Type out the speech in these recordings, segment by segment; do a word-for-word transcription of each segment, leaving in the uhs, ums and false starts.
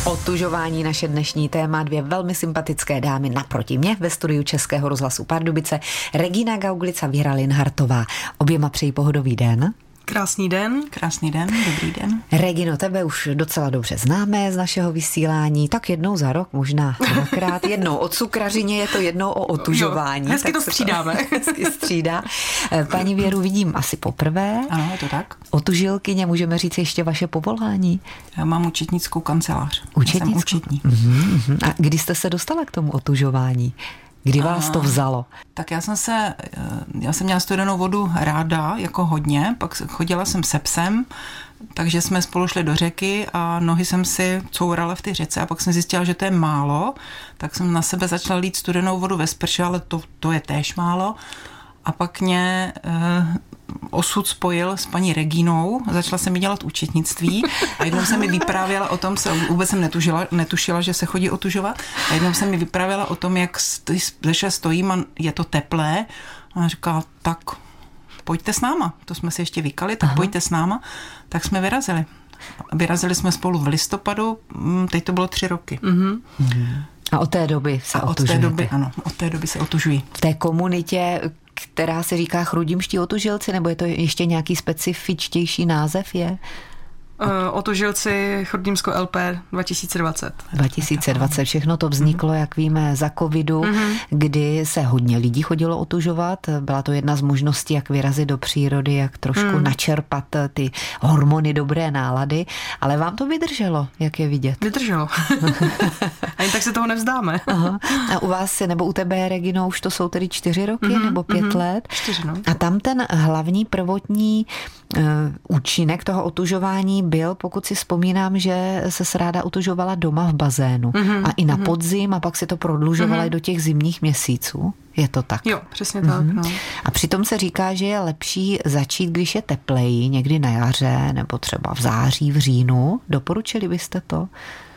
Otužování, naše dnešní téma, dvě velmi sympatické dámy naproti mě ve studiu Českého rozhlasu Pardubice, Regina Gauglitz a Věra Linhartová. Oběma přeji pohodový den. Krásný den. Krásný den, dobrý den. Regino, tebe už docela dobře známe z našeho vysílání, tak jednou za rok, možná dvakrát, jednou o cukrařině, je to jednou o otužování. Jo, hezky to střídáme. Hezky střídá. Paní Věru vidím asi poprvé. Ano, je to tak. Otužilkyně, můžeme říct ještě vaše povolání? Já mám účetnickou kancelář. Účetnickou? Jsem účetní. Uh-huh, uh-huh. A kdy jste se dostala k tomu otužování? Kdy vás to vzalo? Tak já jsem se, já jsem měla studenou vodu ráda, jako hodně, pak chodila jsem se psem, takže jsme spolu šli do řeky a nohy jsem si courala v té řece a pak jsem zjistila, že to je málo, tak jsem na sebe začala lít studenou vodu ve sprše, ale to, to je též málo. A pak mě eh, osud spojil s paní Reginou, začala jsem mi dělat účetnictví a jednou se mi vyprávěla o tom, vůbec jsem netušila, netušila, že se chodí otužovat, a jednou se mi vyprávěla o tom, jak zeše stojím a je to teplé a ona říkala, tak pojďte s náma, to jsme si ještě vykali, tak Aha. pojďte s náma, tak jsme vyrazili. Vyrazili jsme spolu v listopadu, teď to bylo tři roky. Mm-hmm. A od té doby se a od té doby, ano, od té doby se otužují. V té komunitě, která se říká chrudimští otužilci, nebo je to ještě nějaký specifičtější název je? Uh, otužilci Chrudimsko L P dva tisíce dvacet. dva tisíce dvacet, všechno to vzniklo, jak víme, za covidu, mm-hmm. kdy se hodně lidí chodilo otužovat. Byla to jedna z možností, jak vyrazit do přírody, jak trošku mm. načerpat ty hormony dobré nálady, ale vám to vydrželo, jak je vidět. Vydrželo. Ani tak se toho nevzdáme. Aha. A u vás, nebo u tebe, Regino, už to jsou tedy čtyři roky mm-hmm. nebo pět mm-hmm. let? Čtyři, no. A tam ten hlavní prvotní uh, účinek toho otužování byl, pokud si vzpomínám, že se ráda otužovala doma v bazénu mm-hmm, a i na mm-hmm. podzim a pak si to prodlužovala mm-hmm. i do těch zimních měsíců. Je to tak? Jo, přesně mm-hmm. tak. No. A přitom se říká, že je lepší začít, když je tepleji, někdy na jaře nebo třeba v září, v říjnu. Doporučili byste to?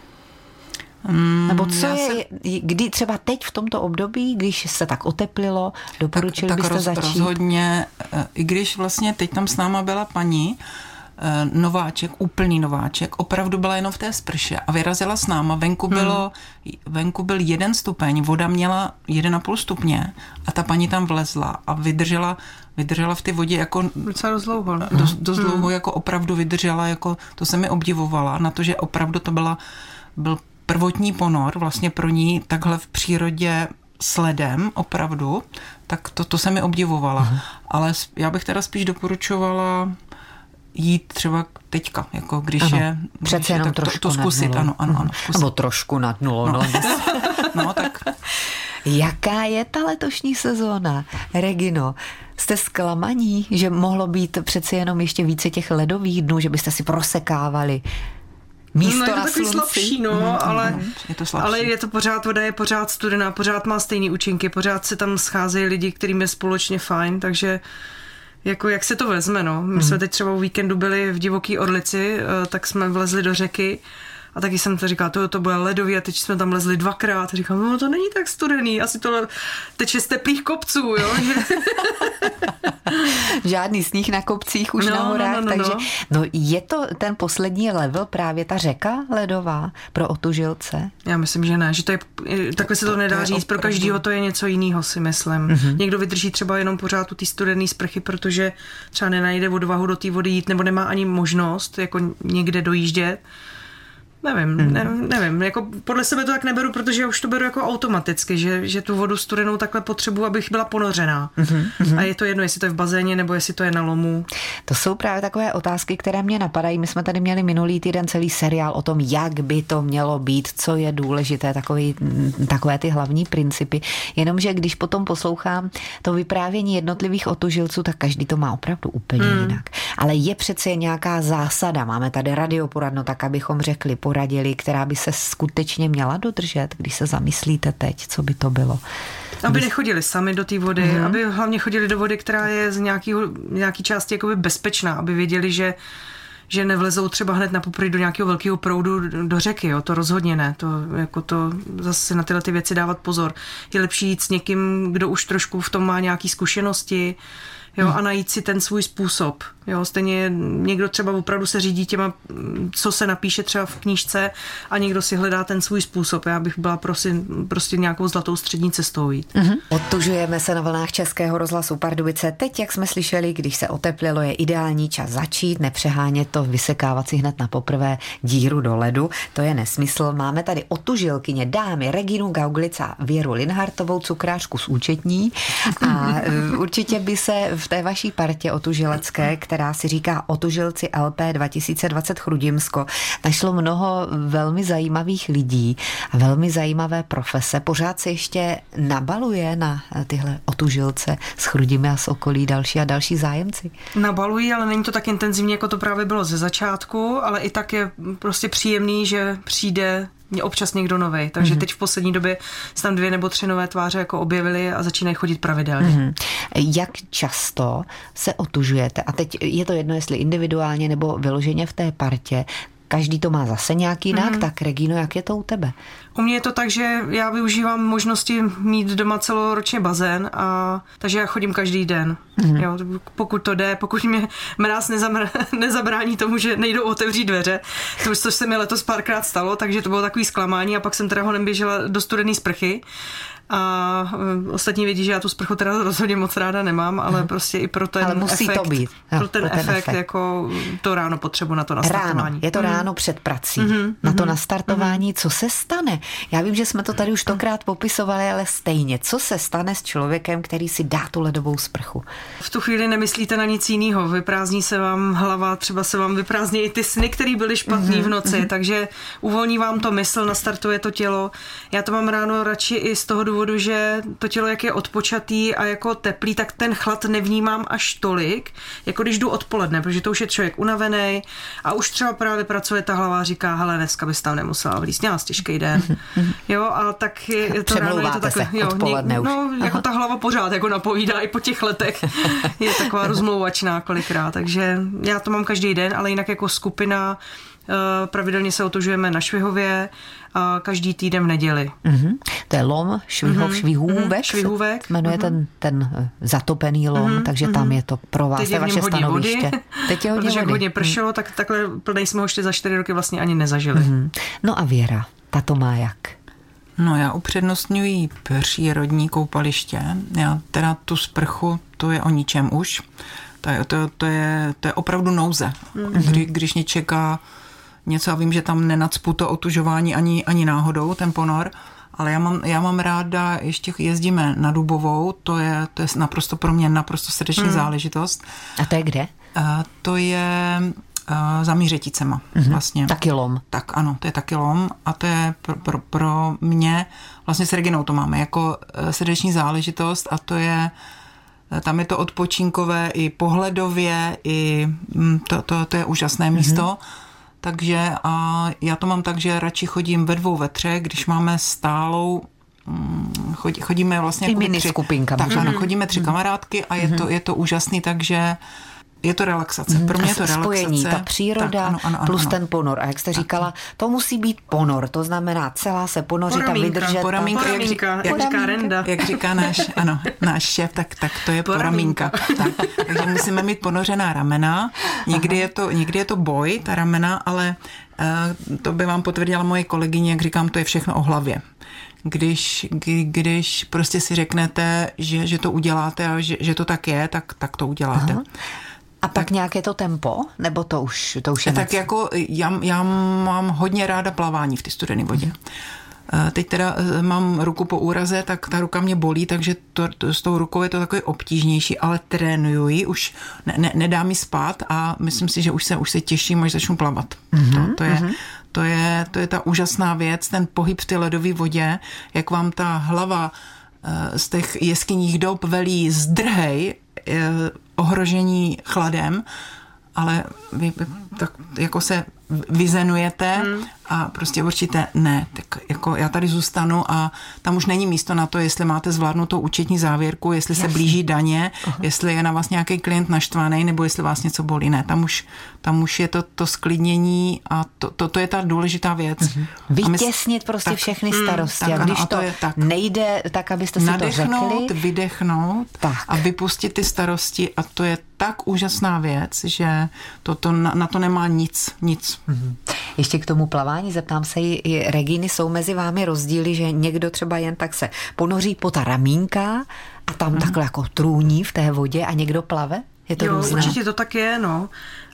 Nebo co je, se... kdy třeba teď v tomto období, když se tak oteplilo, doporučili tak, byste tak roz, začít? Rozhodně, i když vlastně teď tam s náma byla paní, nováček, úplný nováček, opravdu byla jenom v té sprše a vyrazila s náma. Venku, bylo, hmm. venku byl jeden stupeň, voda měla jeden a půl stupně a ta paní tam vlezla a vydržela, vydržela v té vodě jako docela dost dlouho. Dost, dost dlouho, hmm. jako opravdu vydržela, jako to se mi obdivovala na to, že opravdu to byla, byl prvotní ponor vlastně pro ní takhle v přírodě s ledem, opravdu, tak to, to se mi obdivovala. Hmm. Ale já bych teda spíš doporučovala jít třeba teďka, jako když ano, je... Přece jenom to, trošku to zkusit, ano, ano, ano. Zkusit. Nebo trošku nad nulou. No. no, tak... Jaká je ta letošní sezóna? Regino, jste zklamaní, že mohlo být přeci jenom ještě více těch ledových dnů, že byste si prosekávali místo no, je to na takový slunci? slabší, no, mm, ale, mm, je to slabší. ale je to pořád, voda je pořád studená, pořád má stejný účinky, pořád se tam scházejí lidi, kterým je společně fajn, takže jako jak se to vezme, no. My hmm. jsme teď třeba o víkendu byli v Divoký Orlici, tak jsme vlezli do řeky a taky jsem to říkala, to, to bude ledový a teď jsme tam lezli dvakrát a říkám, no to není tak studený, asi to teče z teplých kopců, jo. Žádný sníh na kopcích už no, na horách, no, no, no, takže no. no je to ten poslední level právě ta řeka ledová pro otužilce? Já myslím, že ne, že to je, takhle se to nedá říct, pro každýho to je něco jiného, si myslím. Mm-hmm. Někdo vydrží třeba jenom pořád u té studené sprchy, protože třeba nenajde odvahu do té vody jít, nebo nemá ani možnost jako někde dojíždět. Nevím, mm. ne, nevím, jako podle sebe to tak neberu, protože já už to beru jako automaticky, že, že tu vodu studenou takhle potřebuji, abych byla ponořená. Mm-hmm. A je to jedno, jestli to je v bazéně, nebo jestli to je na lomu. To jsou právě takové otázky, které mě napadají. My jsme tady měli minulý týden celý seriál o tom, jak by to mělo být, co je důležité, takový, takové ty hlavní principy. Jenomže když potom poslouchám to vyprávění jednotlivých otužilců, tak každý to má opravdu úplně mm. jinak. Ale je přece nějaká zásada, máme tady radioporadno, tak abychom řekli, poradili, která by se skutečně měla dodržet, když se zamyslíte teď, co by to bylo? Aby nechodili sami do té vody, mm-hmm. aby hlavně chodili do vody, která je z nějakého, nějaký části jakoby bezpečná, aby věděli, že že nevlezou třeba hned na poprvé do nějakého velkého proudu do řeky, jo, to rozhodně ne, to jako to zase na tyhle ty věci dávat pozor. Je lepší jít s někým, kdo už trošku v tom má nějaké zkušenosti, jo, a najít si ten svůj způsob. Jo, stejně někdo třeba opravdu se řídí těma, co se napíše třeba v knížce a někdo si hledá ten svůj způsob. Já bych byla prostě, prostě nějakou zlatou střední cestou jít. Mm-hmm. Otužujeme se na vlnách Českého rozhlasu Pardubice. Teď, jak jsme slyšeli, když se oteplilo, je ideální čas začít, nepřehánět to, vysekávat si hned na poprvé díru do ledu. To je nesmysl. Máme tady otužilkyně dámy Reginu Gauglitz a Věru Linhartovou, cukrářku z Účetní. A určitě by se v té vaší partě otužilecké, která si říká Otužilci L P dva tisíce dvacet Chrudimsko, našlo mnoho velmi zajímavých lidí a velmi zajímavé profese. Pořád se ještě nabaluje na tyhle otužilce z Chrudimi a z okolí další a další zájemci? Nabalují, ale není to tak intenzivní, jako to právě bylo ze začátku, ale i tak je prostě příjemný, že přijde občas někdo novej. Takže mm-hmm. teď v poslední době se tam dvě nebo tři nové tváře jako objevily a začínají chodit pravidelně. Mm-hmm. Jak často se otužujete? A teď je to jedno, jestli individuálně nebo vyloženě v té partě. Každý to má zase nějak jinak, mm-hmm. tak Regino, jak je to u tebe? U mě je to tak, že já využívám možnosti mít doma celoročně bazén, a takže já chodím každý den. Mm-hmm. Jo, pokud to jde, pokud mě mráz nezamr- nezabrání tomu, že nejdou otevřít dveře, což se mi letos párkrát stalo, takže to bylo takový zklamání a pak jsem teda honem běžela do studený sprchy. A ostatní vědí, že já tu sprchu teda rozhodně moc ráda nemám, ale prostě i pro ten ale musí efekt, to být. Jo, pro ten, pro ten efekt, efekt, jako to ráno potřebu na to nastartování. Ráno, je to ráno mm. před prací, mm-hmm. na to nastartování, mm. co se stane? Já vím, že jsme to tady už tokrát popisovali, ale stejně, co se stane s člověkem, který si dá tu ledovou sprchu? V tu chvíli nemyslíte na nic jiného, vyprázdní se vám hlava, třeba se vám vyprázdní i ty sny, které byly špatný mm-hmm. v noci, mm-hmm. takže uvolní vám to mysl, nastartuje to tělo. Já to mám ráno radši i z toho důvodu, že to tělo, jak je odpočatý a jako teplý, tak ten chlad nevnímám až tolik, jako když jdu odpoledne, protože to už je člověk unavený a už třeba právě pracuje ta hlava a říká, hele, dneska bys tam nemusela vlízt, měla těžký den. Jo, a tak je, je to ráno, je to takhle, jo, odpoledne už. No, jako ta hlava pořád jako napovídá i po těch letech. Je taková rozmlouvačná kolikrát, takže já to mám každý den, ale jinak jako skupina pravidelně se otužujeme na Švihově a každý týden v neděli. Mm-hmm. To je lom, Švihov, mm-hmm. Švihůvek, Švihůvek. Jmenuje mm-hmm. ten, ten zatopený lom, mm-hmm. takže tam je to pro vás, teď to je vaše stanoviště. Teď je hodně Protože vody. hodně pršelo, tak takhle plnej jsme ho ještě za čtyři roky vlastně ani nezažili. Mm-hmm. No a Věra, ta to má jak? No já upřednostňuji přírodní koupaliště. Já teda tu sprchu, to je o ničem už. To je, to, to je, to je opravdu nouze. Mm-hmm. Kdy, když mě čeká něco a vím, že tam nenacpu to otužování ani, ani náhodou, ten ponor, ale já mám, já mám ráda, ještě jezdíme na Dubovou, to je, to je naprosto pro mě naprosto srdeční mm. záležitost. A to je kde? A to je uh, za Mířeticema mm-hmm. vlastně. Taky lom. Tak ano, to je taky lom a to je pro, pro, pro mě, vlastně s Reginou to máme jako uh, srdeční záležitost a to je tam je to odpočinkové i pohledově, i to, to, to je úžasné místo. Mm-hmm. Takže a já to mám tak, že radši chodím ve dvou, ve třech, když máme stálou, chodí, chodíme vlastně... I mini skupinka. Tak ano, chodíme tři kamarádky a je, mm-hmm. to, je to úžasný, takže je to relaxace. Pro mě je to relaxace. Spojení, ta příroda tak, ano, ano, plus ano. ten ponor. A jak jste říkala, to musí být ponor, to znamená celá se ponořit a vydržet. Poramínka, jak, říká, jak říká Renda. Jak říká náš, ano, náš šéf, tak, tak to je poramínka. Tak, takže musíme mít ponořená ramena. Někdy je, to, někdy je to boj, ta ramena, ale uh, to by vám potvrdila moje kolegyně, jak říkám, to je všechno o hlavě. Když, když prostě si řeknete, že, že to uděláte a že, že to tak je, tak, tak to uděláte. Aha. A pak tak, nějaké to tempo? Nebo to už, to už je Tak nec? jako já, já mám hodně ráda plavání v té studené vodě. Mm. Teď teda mám ruku po úraze, tak ta ruka mě bolí, takže to, to, s tou rukou je to takový obtížnější, ale trénuji, už ne, ne, nedá mi spát a myslím si, že už se, už se těším, až začnu plavat. Mm-hmm. To, to, je, mm-hmm. to, je, to je ta úžasná věc, ten pohyb v té ledové vodě, jak vám ta hlava z těch jeskyních dob velí zdrhej, ohrožení chladem, ale vy tak jako se vyzenujete mm. a prostě určitě ne, tak jako já tady zůstanu a tam už není místo na to, jestli máte zvládnutou účetní závěrku, jestli Jasně. se blíží daně, uh-huh. jestli je na vás nějaký klient naštvaný, nebo jestli vás něco bolí. Ne, tam už, tam už je to, to sklidnění a to, to, to je ta důležitá věc. Uh-huh. Vytěsnit prostě tak, všechny starosti. Tak, a když ano, to, to je tak. nejde, tak abyste si Nadechnout, to řekli. vydechnout tak. a vypustit ty starosti a to je tak úžasná věc, že to, to, na, na to nemá nic, nic. Mm-hmm. Ještě k tomu plavání zeptám se i Reginy, jsou mezi vámi rozdíly, že někdo třeba jen tak se ponoří po ta ramínka a tam mm. takhle jako trůní v té vodě a někdo plave? Je to jo, různé? Určitě to tak je, no.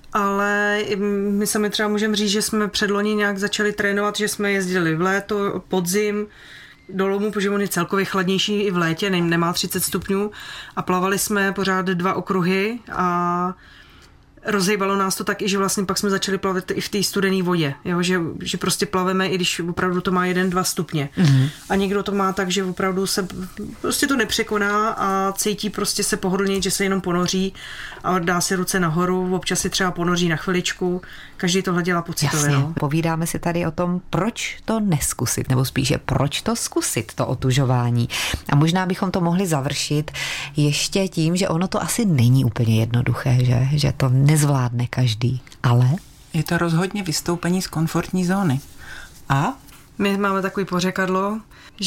Ale my sami třeba můžeme říct, že jsme předloni nějak začali trénovat, že jsme jezdili v léto, podzim, do lomu, protože on je celkově chladnější i v létě, nemá třicet stupňů a plavali jsme pořád dva okruhy a rozhejbalo nás to tak i, že vlastně pak jsme začali plavat i v té studené vodě, jo? Že, že prostě plaveme, i když opravdu to má jeden, dva stupně. Mm-hmm. A někdo to má tak, že opravdu se prostě to nepřekoná a cítí prostě se pohodlně, že se jenom ponoří a dá si ruce nahoru, občas si třeba ponoří na chviličku, každý tohle dělá pocitově. Jasně, no? Povídáme si tady o tom, proč to neskusit, nebo spíše proč to zkusit, to otužování. A možná bychom to mohli završit ještě tím, že ono to asi není úplně jednoduché, že, že to nezvládne každý, ale... Je to rozhodně vystoupení z komfortní zóny. A? My máme takový pořekadlo,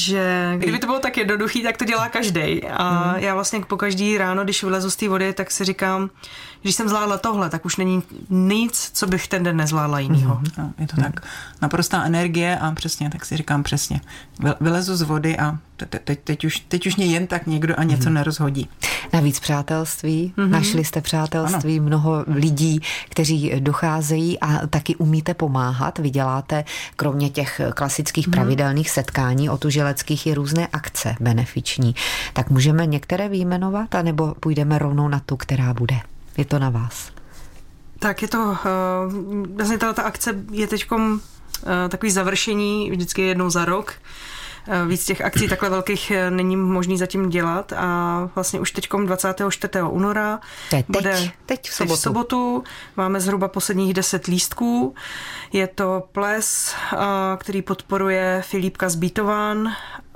že kdyby to bylo tak jednoduchý, tak to dělá každej. A mm. já vlastně po každý ráno, když vylezu z té vody, tak si říkám, když jsem zvládla tohle, tak už není nic, co bych ten den nezvládla jinýho. Mm. Je to mm. tak. Naprostá energie a přesně, tak si říkám přesně. Vylezu z vody a te, te, teď, už, teď už mě jen tak někdo a něco mm. nerozhodí. Navíc přátelství, mm-hmm. našli jste přátelství, ano. Mnoho lidí, kteří docházejí a taky umíte pomáhat. Vy děláte, kromě těch klasických mm. pravidelných setkání otužileckých, i různé akce benefiční. Tak můžeme některé vyjmenovat, anebo půjdeme rovnou na tu, která bude? Je to na vás. Tak je to, vlastně tato akce je teďkom takový završení, vždycky jednou za rok. Víc těch akcí takhle velkých není možný zatím dělat a vlastně už teďkom dvacátého čtvrtého února teď, bude teď v sobotu. v sobotu. Máme zhruba posledních deset lístků. Je to ples, který podporuje Filipka z Bítovan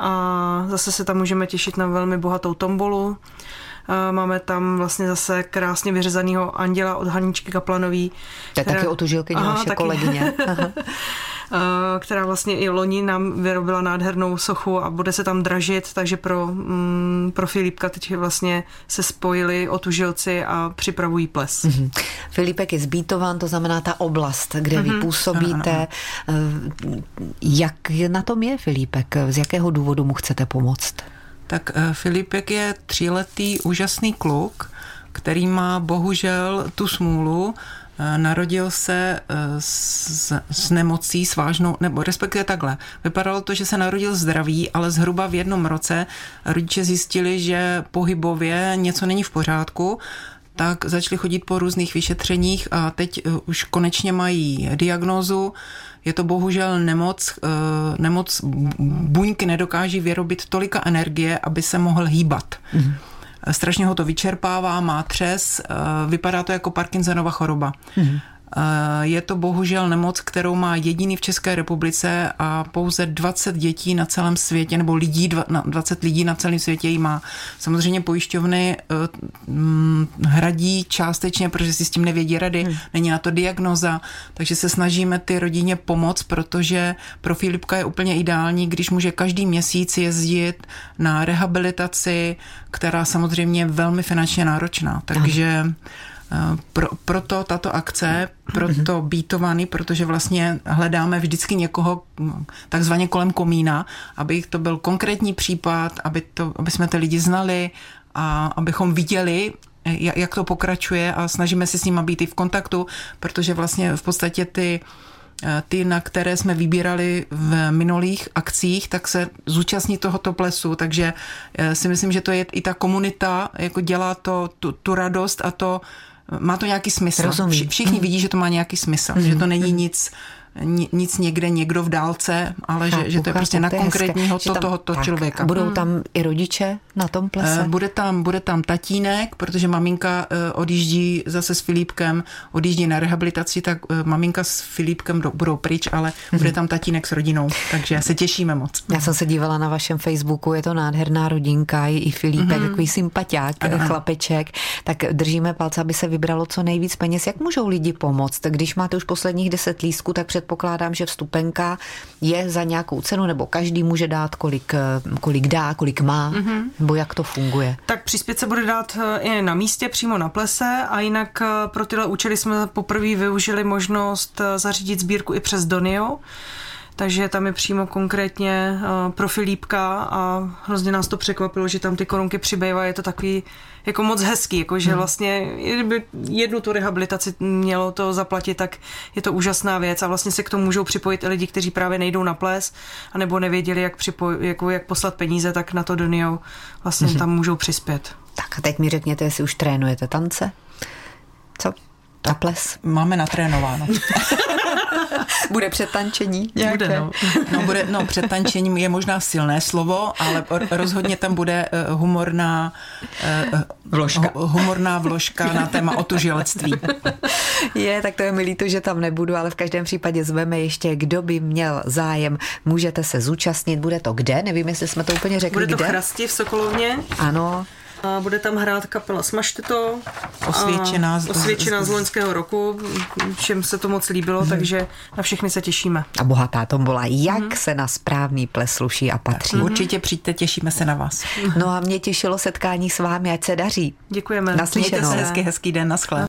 a zase se tam můžeme těšit na velmi bohatou tombolu. Máme tam vlastně zase krásně vyřezanýho anděla od Haničky Kaplanový. To je která... taky otužilkyně naše taky. kolegyně. která vlastně i loni nám vyrobila nádhernou sochu a bude se tam dražit, takže pro, mm, pro Filipka teď vlastně se spojili otužilci a připravují ples. Mm-hmm. Filipek je z Bítovan, to znamená ta oblast, kde mm-hmm. vy působíte. Jak na tom je Filipek? Z jakého důvodu mu chcete pomoct? Tak Filipek je tříletý úžasný kluk, který má bohužel tu smůlu. Narodil se s, s nemocí, s vážnou, nebo respektive takhle. Vypadalo to, že se narodil zdravý, ale zhruba v jednom roce rodiče zjistili, že pohybově něco není v pořádku, tak začali chodit po různých vyšetřeních a teď už konečně mají diagnózu. Je to bohužel nemoc, nemoc buňky nedokáží vyrobit tolika energie, aby se mohl hýbat. Mm. Strašně ho to vyčerpává, má třes, vypadá to jako Parkinsonova choroba. Mm. Je to bohužel nemoc, kterou má jediný v České republice a pouze dvacet dětí na celém světě, nebo lidí, dvacet lidí na celém světě ji má. Samozřejmě pojišťovny hradí částečně, protože si s tím nevědí rady, hmm. není na to diagnoza, takže se snažíme ty rodině pomoct, protože pro Filipka je úplně ideální, když může každý měsíc jezdit na rehabilitaci, která samozřejmě je velmi finančně náročná. Takže Pro, proto tato akce, proto Bítovaný, protože vlastně hledáme vždycky někoho takzvaně kolem komína, aby to byl konkrétní případ, aby, to, aby jsme ty lidi znali a abychom viděli, jak to pokračuje a snažíme se s nimi být i v kontaktu, protože vlastně v podstatě ty ty, na které jsme vybírali v minulých akcích, tak se zúčastní tohoto plesu, takže si myslím, že to je i ta komunita, jako dělá to tu, tu radost a to má to nějaký smysl. Rozumím. Všichni vidí, že to má nějaký smysl, mm. že to není nic nic někde někdo v dálce, ale chápu, že, že to je prostě chápu, na konkrétního to, tam, tohoto tak, člověka. Budou tam i rodiče na tom plese? Bude tam, bude tam tatínek, protože maminka odjíždí zase s Filipkem, odjíždí na rehabilitaci, tak maminka s Filipkem budou pryč, ale bude tam tatínek s rodinou, takže se těšíme moc. Já jsem se dívala na vašem Facebooku, je to nádherná rodinka, i Filipek, mm-hmm. takový sympatiák, ano. chlapeček, tak držíme palce, aby se vybralo co nejvíc peněz. Jak můžou lidi pomoct? Když máte už posledních deset lístků, tak předpokládám, že vstupenka je za nějakou cenu, nebo každý může dát, kolik, kolik dá, kolik má, mm-hmm. nebo jak to funguje? Tak přispět se bude dát i na místě, přímo na plese, a jinak pro tyhle účely jsme poprvé využili možnost zařídit sbírku i přes Donio, takže tam je přímo konkrétně pro Filipka a hrozně nás to překvapilo, že tam ty korunky přibývají, je to takový jako moc hezký, jako že vlastně kdyby jednu tu rehabilitaci mělo to zaplatit, tak je to úžasná věc a vlastně se k tomu můžou připojit i lidi, kteří právě nejdou na ples anebo nevěděli, jak, připoj, jako jak poslat peníze, tak na to Donio vlastně mm-hmm. tam můžou přispět. Tak a teď mi řekněte, jestli už trénujete tance? Co? Na ples? Máme natrénováno. Bude přetančení? Bude, no. No, bude, no, přetančení je možná silné slovo, ale rozhodně tam bude humorná vložka, humorná vložka na téma otužilectví. Je, tak to je mi líto, že tam nebudu, ale v každém případě zveme ještě, kdo by měl zájem. Můžete se zúčastnit, bude to kde? Nevím, jestli jsme to úplně řekli, kde. Bude to v Chrasti v Sokolovně. Ano. A bude tam hrát kapela Smažte-to. Osvědčená z, osvědčená z loňského roku. Všem se to moc líbilo, hmm. takže na všechny se těšíme. A bohatá tombola, jak hmm. se na správný ples sluší a patří. Hmm. Určitě přijďte, těšíme se na vás. No a mě těšilo setkání s vámi, ať se daří. Děkujeme. Naslyšenou. Mějte se hezky, hezký den, naschle.